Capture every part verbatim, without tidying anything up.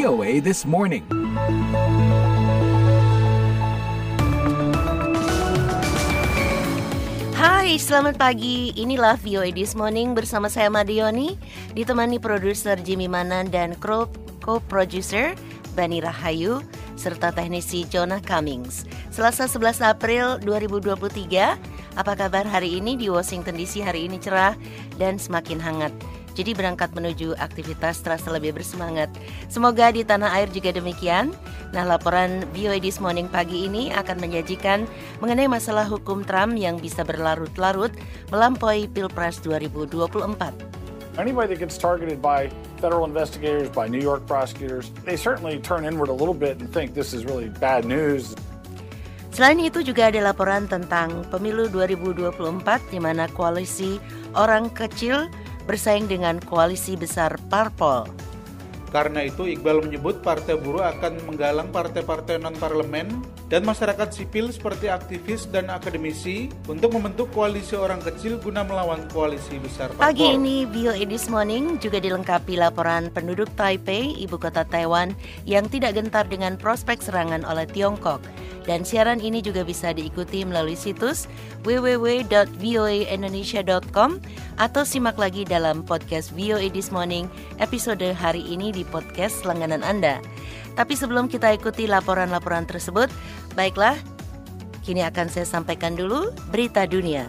V O A This Morning. Hai, selamat pagi. Inilah V O A This Morning bersama saya Madioni, ditemani produser Jimmy Manan dan co-producer Bani Rahayu serta teknisi Jonah Cummings. Selasa sebelas April dua ribu dua puluh tiga. Apa kabar hari ini di Washington D C? Hari ini cerah dan semakin hangat. Jadi berangkat menuju aktivitas terasa lebih bersemangat. Semoga di tanah air juga demikian. Nah, laporan V O A This Morning pagi ini akan menyajikan mengenai masalah hukum Trump yang bisa berlarut-larut melampaui Pilpres dua ribu dua puluh empat. Anybody that gets targeted by federal investigators, by New York prosecutors, they certainly turn inward a little bit and think this is really bad news. Selain itu juga ada laporan tentang pemilu dua ribu dua puluh empat di mana koalisi orang kecil bersaing dengan koalisi besar parpol. Karena itu Iqbal menyebut Partai Buruh akan menggalang partai-partai non-parlemen dan masyarakat sipil seperti aktivis dan akademisi untuk membentuk koalisi orang kecil guna melawan koalisi besar parpol. Pagi ini V O A This Morning juga dilengkapi laporan penduduk Taipei, ibu kota Taiwan, yang tidak gentar dengan prospek serangan oleh Tiongkok. Dan siaran ini juga bisa diikuti melalui situs w w w dot v o a indonesia dot com atau simak lagi dalam podcast V O A This Morning episode hari ini di podcast langganan Anda. Tapi sebelum kita ikuti laporan-laporan tersebut, baiklah, kini akan saya sampaikan dulu berita dunia.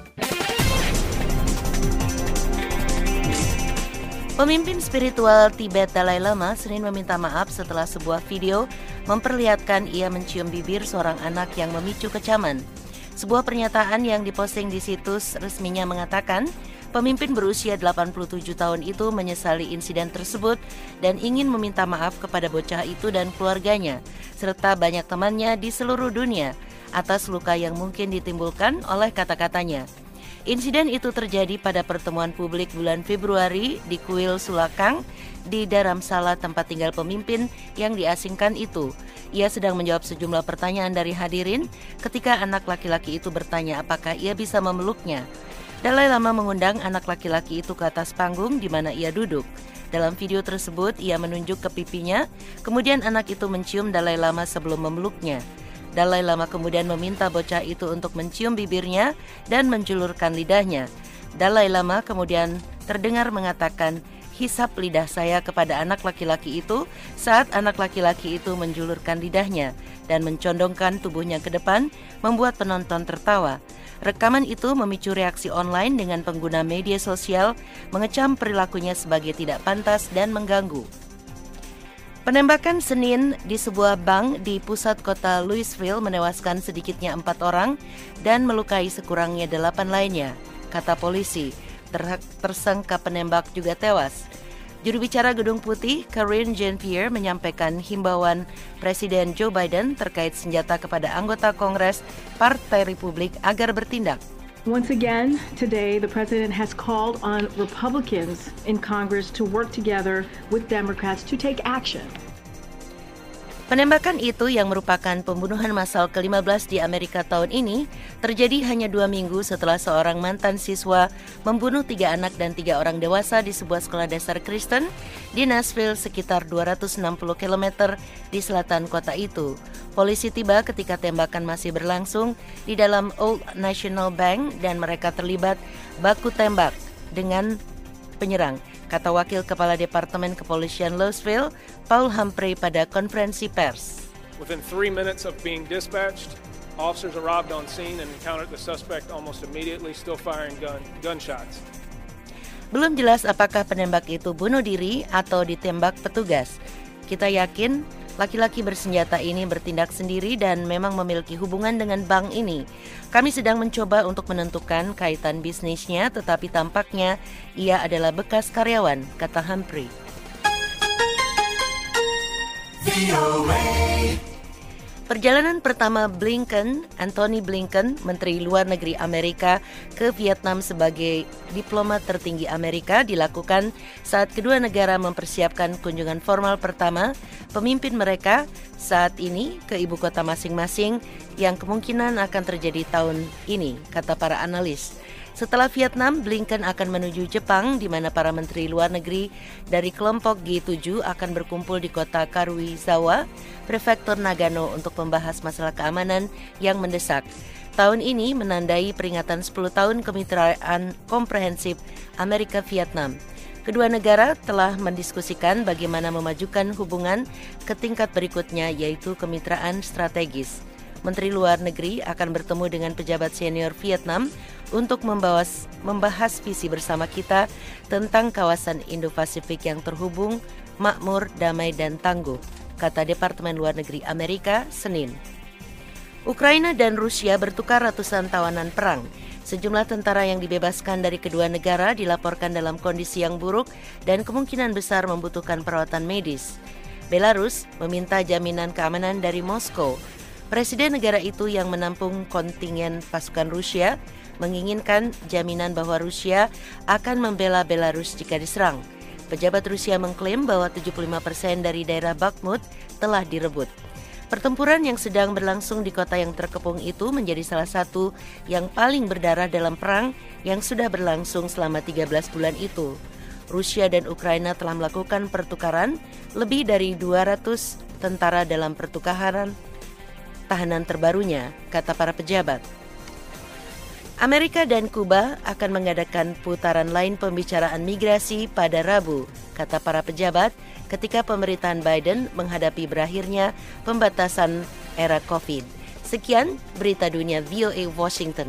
Pemimpin spiritual Tibet Dalai Lama Senin meminta maaf setelah sebuah video memperlihatkan ia mencium bibir seorang anak yang memicu kecaman. Sebuah pernyataan yang diposting di situs resminya mengatakan, pemimpin berusia delapan puluh tujuh tahun itu menyesali insiden tersebut dan ingin meminta maaf kepada bocah itu dan keluarganya, serta banyak temannya di seluruh dunia atas luka yang mungkin ditimbulkan oleh kata-katanya. Insiden itu terjadi pada pertemuan publik bulan Februari di kuil Sulakang di Dharamsala tempat tinggal pemimpin yang diasingkan itu. Ia sedang menjawab sejumlah pertanyaan dari hadirin ketika anak laki-laki itu bertanya apakah ia bisa memeluknya. Dalai Lama mengundang anak laki-laki itu ke atas panggung di mana ia duduk. Dalam video tersebut ia menunjuk ke pipinya, kemudian anak itu mencium Dalai Lama sebelum memeluknya. Dalai Lama kemudian meminta bocah itu untuk mencium bibirnya dan menjulurkan lidahnya. Dalai Lama kemudian terdengar mengatakan, "Hisap lidah saya," kepada anak laki-laki itu saat anak laki-laki itu menjulurkan lidahnya dan mencondongkan tubuhnya ke depan, membuat penonton tertawa. Rekaman itu memicu reaksi online dengan pengguna media sosial mengecam perilakunya sebagai tidak pantas dan mengganggu. Penembakan Senin di sebuah bank di pusat kota Louisville menewaskan sedikitnya empat orang dan melukai sekurangnya delapan lainnya, kata polisi. Ter- tersangka penembak juga tewas. Juru bicara Gedung Putih, Karine Jean-Pierre, menyampaikan himbauan Presiden Joe Biden terkait senjata kepada anggota Kongres Partai Republik agar bertindak. Once again, today the President has called on Republicans in Congress to work together with Democrats to take action. Penembakan itu yang merupakan pembunuhan massal ke lima belas di Amerika tahun ini terjadi hanya dua minggu setelah seorang mantan siswa membunuh tiga anak dan tiga orang dewasa di sebuah sekolah dasar Kristen di Nashville sekitar dua ratus enam puluh kilometer di selatan kota itu. Polisi tiba ketika tembakan masih berlangsung di dalam Old National Bank dan mereka terlibat baku tembak dengan penyerang, kata Wakil Kepala Departemen Kepolisian Louisville, Paul Humphrey pada konferensi pers. Within three minutes of being dispatched, officers arrived on scene and encountered the suspect almost immediately, still firing gun, gunshots. Belum jelas apakah penembak itu bunuh diri atau ditembak petugas. Kita yakin laki-laki bersenjata ini bertindak sendiri dan memang memiliki hubungan dengan bank ini. Kami sedang mencoba untuk menentukan kaitan bisnisnya, tetapi tampaknya ia adalah bekas karyawan, kata Humphrey. Perjalanan pertama Blinken, Antony Blinken, Menteri Luar Negeri Amerika ke Vietnam sebagai diplomat tertinggi Amerika dilakukan saat kedua negara mempersiapkan kunjungan formal pertama pemimpin mereka saat ini ke ibu kota masing-masing yang kemungkinan akan terjadi tahun ini, kata para analis. Setelah Vietnam, Blinken akan menuju Jepang di mana para menteri luar negeri dari kelompok G tujuh akan berkumpul di kota Karuizawa, prefektur Nagano untuk membahas masalah keamanan yang mendesak. Tahun ini menandai peringatan sepuluh tahun kemitraan komprehensif Amerika-Vietnam. Kedua negara telah mendiskusikan bagaimana memajukan hubungan ke tingkat berikutnya, yaitu kemitraan strategis. Menteri Luar Negeri akan bertemu dengan pejabat senior Vietnam untuk membahas, membahas visi bersama kita tentang kawasan Indo-Pasifik yang terhubung, makmur, damai, dan tangguh, kata Departemen Luar Negeri Amerika Senin. Ukraina dan Rusia bertukar ratusan tawanan perang. Sejumlah tentara yang dibebaskan dari kedua negara dilaporkan dalam kondisi yang buruk dan kemungkinan besar membutuhkan perawatan medis. Belarus meminta jaminan keamanan dari Moskow. Presiden negara itu yang menampung kontingen pasukan Rusia menginginkan jaminan bahwa Rusia akan membela Belarus jika diserang. Pejabat Rusia mengklaim bahwa tujuh puluh lima persen dari daerah Bakhmut telah direbut. Pertempuran yang sedang berlangsung di kota yang terkepung itu menjadi salah satu yang paling berdarah dalam perang yang sudah berlangsung selama tiga belas bulan itu. Rusia dan Ukraina telah melakukan pertukaran lebih dari dua ratus tentara dalam pertukaran tahanan terbarunya, kata para pejabat. Amerika dan Kuba akan mengadakan putaran lain pembicaraan migrasi pada Rabu, kata para pejabat, ketika pemerintahan Biden menghadapi berakhirnya pembatasan era COVID. Sekian berita dunia V O A Washington.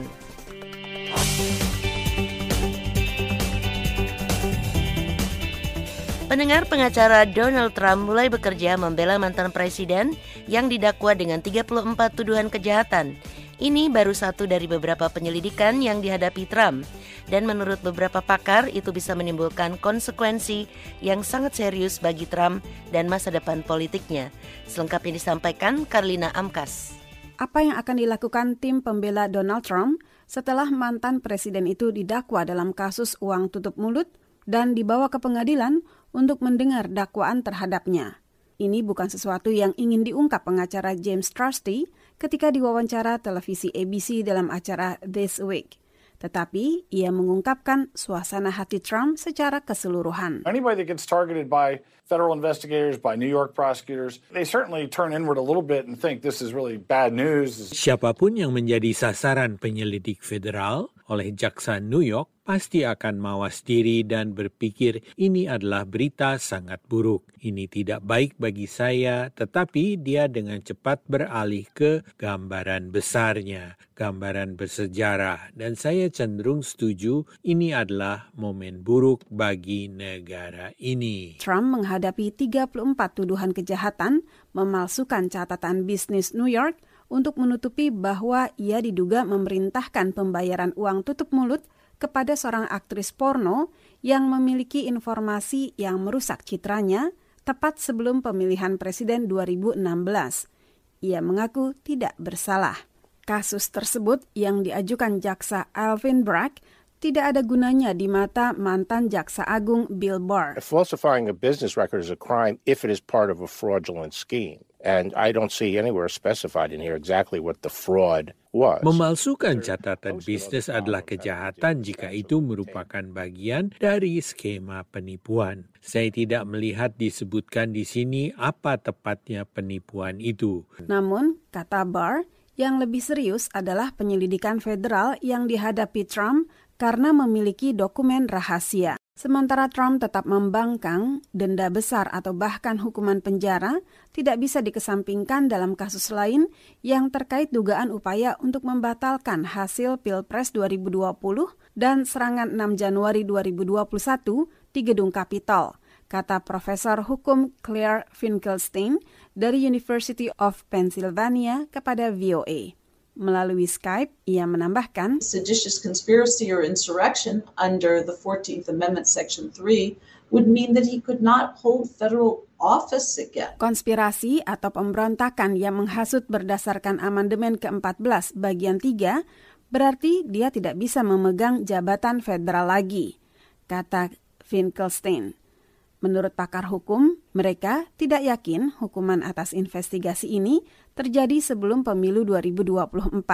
Pendengar, pengacara Donald Trump mulai bekerja membela mantan presiden yang didakwa dengan tiga puluh empat tuduhan kejahatan. Ini baru satu dari beberapa penyelidikan yang dihadapi Trump. Dan menurut beberapa pakar, itu bisa menimbulkan konsekuensi yang sangat serius bagi Trump dan masa depan politiknya. Selengkapnya disampaikan Karlina Amkas. Apa yang akan dilakukan tim pembela Donald Trump setelah mantan presiden itu didakwa dalam kasus uang tutup mulut dan dibawa ke pengadilan untuk mendengar dakwaan terhadapnya? Ini bukan sesuatu yang ingin diungkap pengacara James Trusty ketika diwawancara televisi A B C dalam acara This Week. Tetapi ia mengungkapkan suasana hati Trump secara keseluruhan. Anybody that gets targeted by federal investigators, by New York prosecutors, they certainly turn inward a little bit and think this is really bad news. Siapapun yang menjadi sasaran penyelidik federal oleh jaksa New York pasti akan mawas diri dan berpikir ini adalah berita sangat buruk. Ini tidak baik bagi saya, tetapi dia dengan cepat beralih ke gambaran besarnya, gambaran bersejarah. Dan saya cenderung setuju ini adalah momen buruk bagi negara ini. Trump menghadapi tiga puluh empat tuduhan kejahatan, memalsukan catatan bisnis New York untuk menutupi bahwa ia diduga memerintahkan pembayaran uang tutup mulut kepada seorang aktris porno yang memiliki informasi yang merusak citranya tepat sebelum pemilihan presiden dua ribu enam belas. Ia mengaku tidak bersalah. Kasus tersebut yang diajukan jaksa Alvin Bragg tidak ada gunanya di mata mantan jaksa agung Bill Barr. Falsifying a business record is a crime if it is part of a fraudulent scheme. And I don't see anywhere specified in here exactly what the fraud was. Memalsukan catatan bisnis adalah kejahatan jika itu merupakan bagian dari skema penipuan. Saya tidak melihat disebutkan di sini apa tepatnya penipuan itu. Namun, kata Barr, yang lebih serius adalah penyelidikan federal yang dihadapi Trump karena memiliki dokumen rahasia. Sementara Trump tetap membangkang, denda besar atau bahkan hukuman penjara tidak bisa dikesampingkan dalam kasus lain yang terkait dugaan upaya untuk membatalkan hasil Pilpres dua ribu dua puluh dan serangan enam Januari dua ribu dua puluh satu di Gedung Capitol, kata Profesor Hukum Claire Finkelstein dari University of Pennsylvania kepada V O A. Melalui Skype, ia menambahkan, seditious conspiracy or insurrection under the fourteenth Amendment Section three would mean that he could not hold federal office again. Konspirasi atau pemberontakan yang menghasut berdasarkan amandemen ke empat belas bagian tiga berarti dia tidak bisa memegang jabatan federal lagi, kata Finkelstein. Menurut pakar hukum, mereka tidak yakin hukuman atas investigasi ini terjadi sebelum pemilu dua ribu dua puluh empat.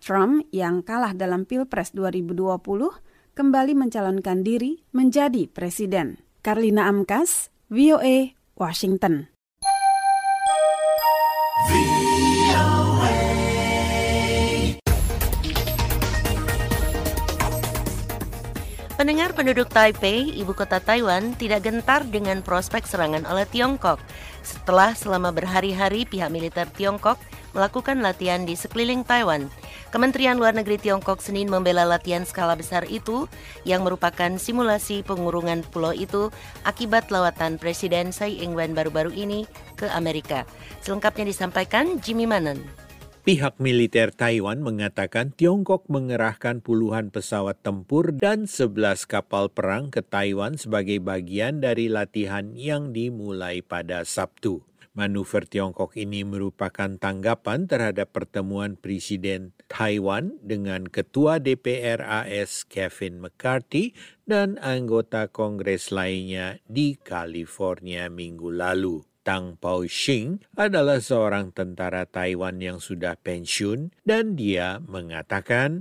Trump yang kalah dalam Pilpres dua ribu dua puluh kembali mencalonkan diri menjadi presiden. Karlina Amkas, V O A, Washington. Pendengar, penduduk Taipei, ibu kota Taiwan, tidak gentar dengan prospek serangan oleh Tiongkok. Setelah selama berhari-hari pihak militer Tiongkok melakukan latihan di sekeliling Taiwan. Kementerian Luar Negeri Tiongkok Senin membela latihan skala besar itu yang merupakan simulasi pengurungan pulau itu akibat lawatan Presiden Tsai Ing-wen baru-baru ini ke Amerika. Selengkapnya disampaikan Jimmy Manan. Pihak militer Taiwan mengatakan Tiongkok mengerahkan puluhan pesawat tempur dan sebelas kapal perang ke Taiwan sebagai bagian dari latihan yang dimulai pada Sabtu. Manuver Tiongkok ini merupakan tanggapan terhadap pertemuan Presiden Taiwan dengan Ketua D P R A S Kevin McCarthy dan anggota Kongres lainnya di California minggu lalu. Tang Pao-shing adalah seorang tentara Taiwan yang sudah pensiun dan dia mengatakan,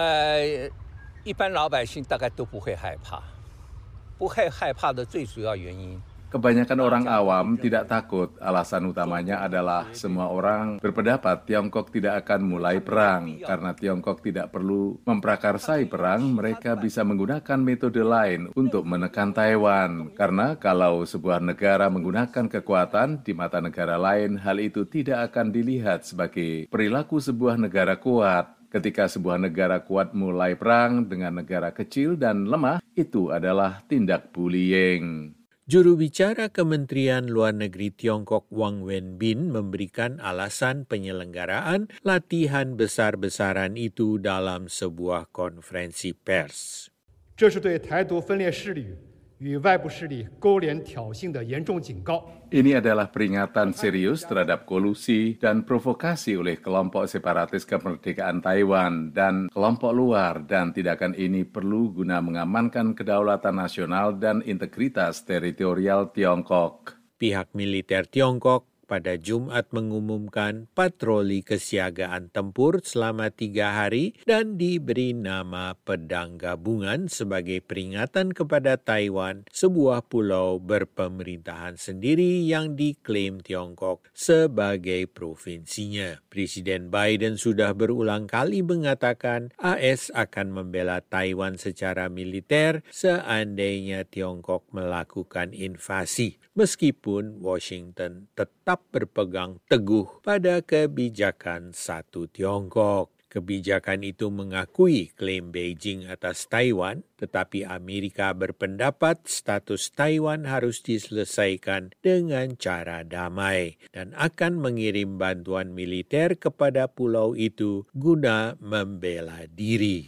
uh, 一般老百姓大概都不会害怕，不会害怕的最主要原因。 Kebanyakan orang awam tidak takut. Alasan utamanya adalah semua orang berpendapat Tiongkok tidak akan mulai perang. Karena Tiongkok tidak perlu memprakarsai perang, mereka bisa menggunakan metode lain untuk menekan Taiwan. Karena kalau sebuah negara menggunakan kekuatan di mata negara lain, hal itu tidak akan dilihat sebagai perilaku sebuah negara kuat. Ketika sebuah negara kuat mulai perang dengan negara kecil dan lemah, itu adalah tindak bullying. Juru bicara Kementerian Luar Negeri Tiongkok Wang Wenbin memberikan alasan penyelenggaraan latihan besar-besaran itu dalam sebuah konferensi pers. 这是对台独分裂势力与外部势力勾连挑衅的严重警告。 Ini adalah peringatan serius terhadap kolusi dan provokasi oleh kelompok separatis kemerdekaan Taiwan dan kelompok luar, dan tindakan ini perlu guna mengamankan kedaulatan nasional dan integritas teritorial Tiongkok. Pihak militer Tiongkok pada Jumat mengumumkan patroli kesiagaan tempur selama tiga hari dan diberi nama Pedang Gabungan sebagai peringatan kepada Taiwan, sebuah pulau berpemerintahan sendiri yang diklaim Tiongkok sebagai provinsinya. Presiden Biden sudah berulang kali mengatakan A S akan membela Taiwan secara militer seandainya Tiongkok melakukan invasi, meskipun Washington tetap berpegang teguh pada kebijakan satu Tiongkok. Kebijakan itu mengakui klaim Beijing atas Taiwan, tetapi Amerika berpendapat status Taiwan harus diselesaikan dengan cara damai dan akan mengirim bantuan militer kepada pulau itu guna membela diri.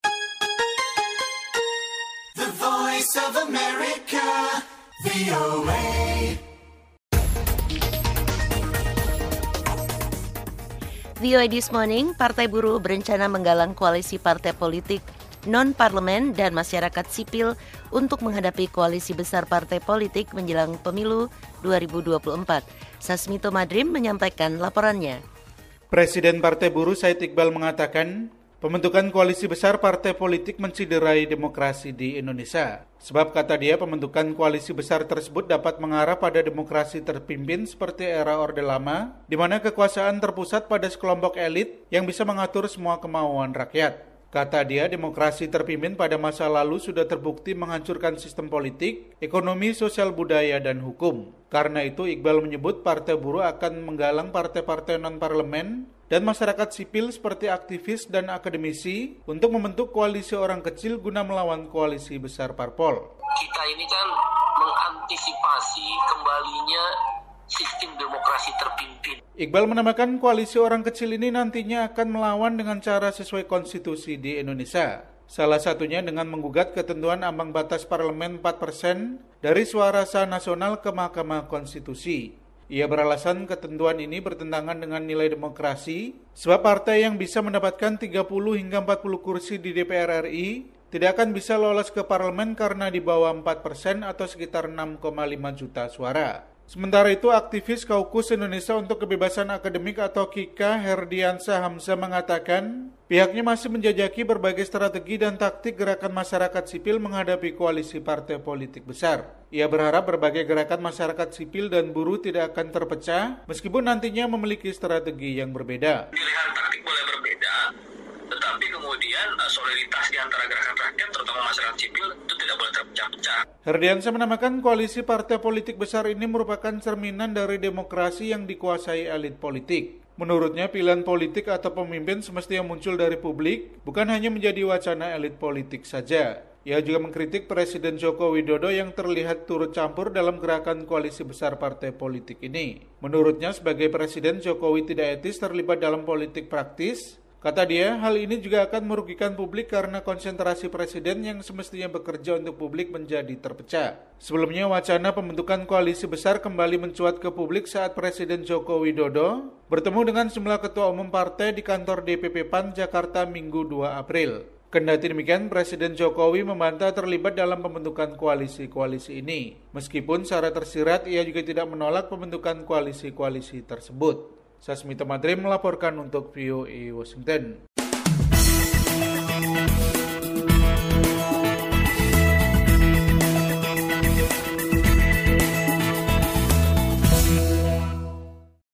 The Voice of America, V O A. V O A This Morning, Partai Buruh berencana menggalang koalisi partai politik, non-parlemen, dan masyarakat sipil untuk menghadapi koalisi besar partai politik menjelang pemilu dua ribu dua puluh empat. Sasmito Madrim menyampaikan laporannya. Presiden Partai Buruh Said Iqbal mengatakan, pembentukan koalisi besar partai politik menciderai demokrasi di Indonesia. Sebab kata dia, pembentukan koalisi besar tersebut dapat mengarah pada demokrasi terpimpin seperti era Orde Lama, di mana kekuasaan terpusat pada sekelompok elit yang bisa mengatur semua kemauan rakyat. Kata dia, demokrasi terpimpin pada masa lalu sudah terbukti menghancurkan sistem politik, ekonomi, sosial budaya, dan hukum. Karena itu, Iqbal menyebut Partai Buruh akan menggalang partai-partai non-parlemen dan masyarakat sipil seperti aktivis dan akademisi untuk membentuk koalisi orang kecil guna melawan koalisi besar parpol. Kita ini kan mengantisipasi kembalinya sistem demokrasi terpimpin. Iqbal menambahkan koalisi orang kecil ini nantinya akan melawan dengan cara sesuai konstitusi di Indonesia. Salah satunya dengan menggugat ketentuan ambang batas parlemen empat persen dari suara sah nasional ke Mahkamah Konstitusi. Ia beralasan ketentuan ini bertentangan dengan nilai demokrasi, sebab partai yang bisa mendapatkan tiga puluh hingga empat puluh kursi di D P R R I tidak akan bisa lolos ke parlemen karena di bawah empat persen atau sekitar enam koma lima juta suara. Sementara itu, aktivis Kaukus Indonesia untuk Kebebasan Akademik atau K I K A, Herdiansah Hamzah mengatakan, pihaknya masih menjajaki berbagai strategi dan taktik gerakan masyarakat sipil menghadapi koalisi partai politik besar. Ia berharap berbagai gerakan masyarakat sipil dan buruh tidak akan terpecah, meskipun nantinya memiliki strategi yang berbeda. Pilihan taktik boleh berbeda, tetapi kemudian uh, soliditas di antara gerakan rakyat, terutama masyarakat sipil, itu tidak boleh terpecah-pecah. Herdiansah menambahkan koalisi partai politik besar ini merupakan cerminan dari demokrasi yang dikuasai elit politik. Menurutnya, pilihan politik atau pemimpin semestinya muncul dari publik, bukan hanya menjadi wacana elit politik saja. Ia juga mengkritik Presiden Joko Widodo yang terlihat turut campur dalam gerakan koalisi besar partai politik ini. Menurutnya, sebagai Presiden, Jokowi tidak etis terlibat dalam politik praktis. Kata dia, hal ini juga akan merugikan publik karena konsentrasi presiden yang semestinya bekerja untuk publik menjadi terpecah. Sebelumnya, wacana pembentukan koalisi besar kembali mencuat ke publik saat Presiden Joko Widodo bertemu dengan sejumlah ketua umum partai di kantor D P P P A N Jakarta Minggu dua April. Kendati demikian, Presiden Jokowi membantah terlibat dalam pembentukan koalisi-koalisi ini. Meskipun secara tersirat, ia juga tidak menolak pembentukan koalisi-koalisi tersebut. Sasmita Madrim melaporkan untuk V O A Washington.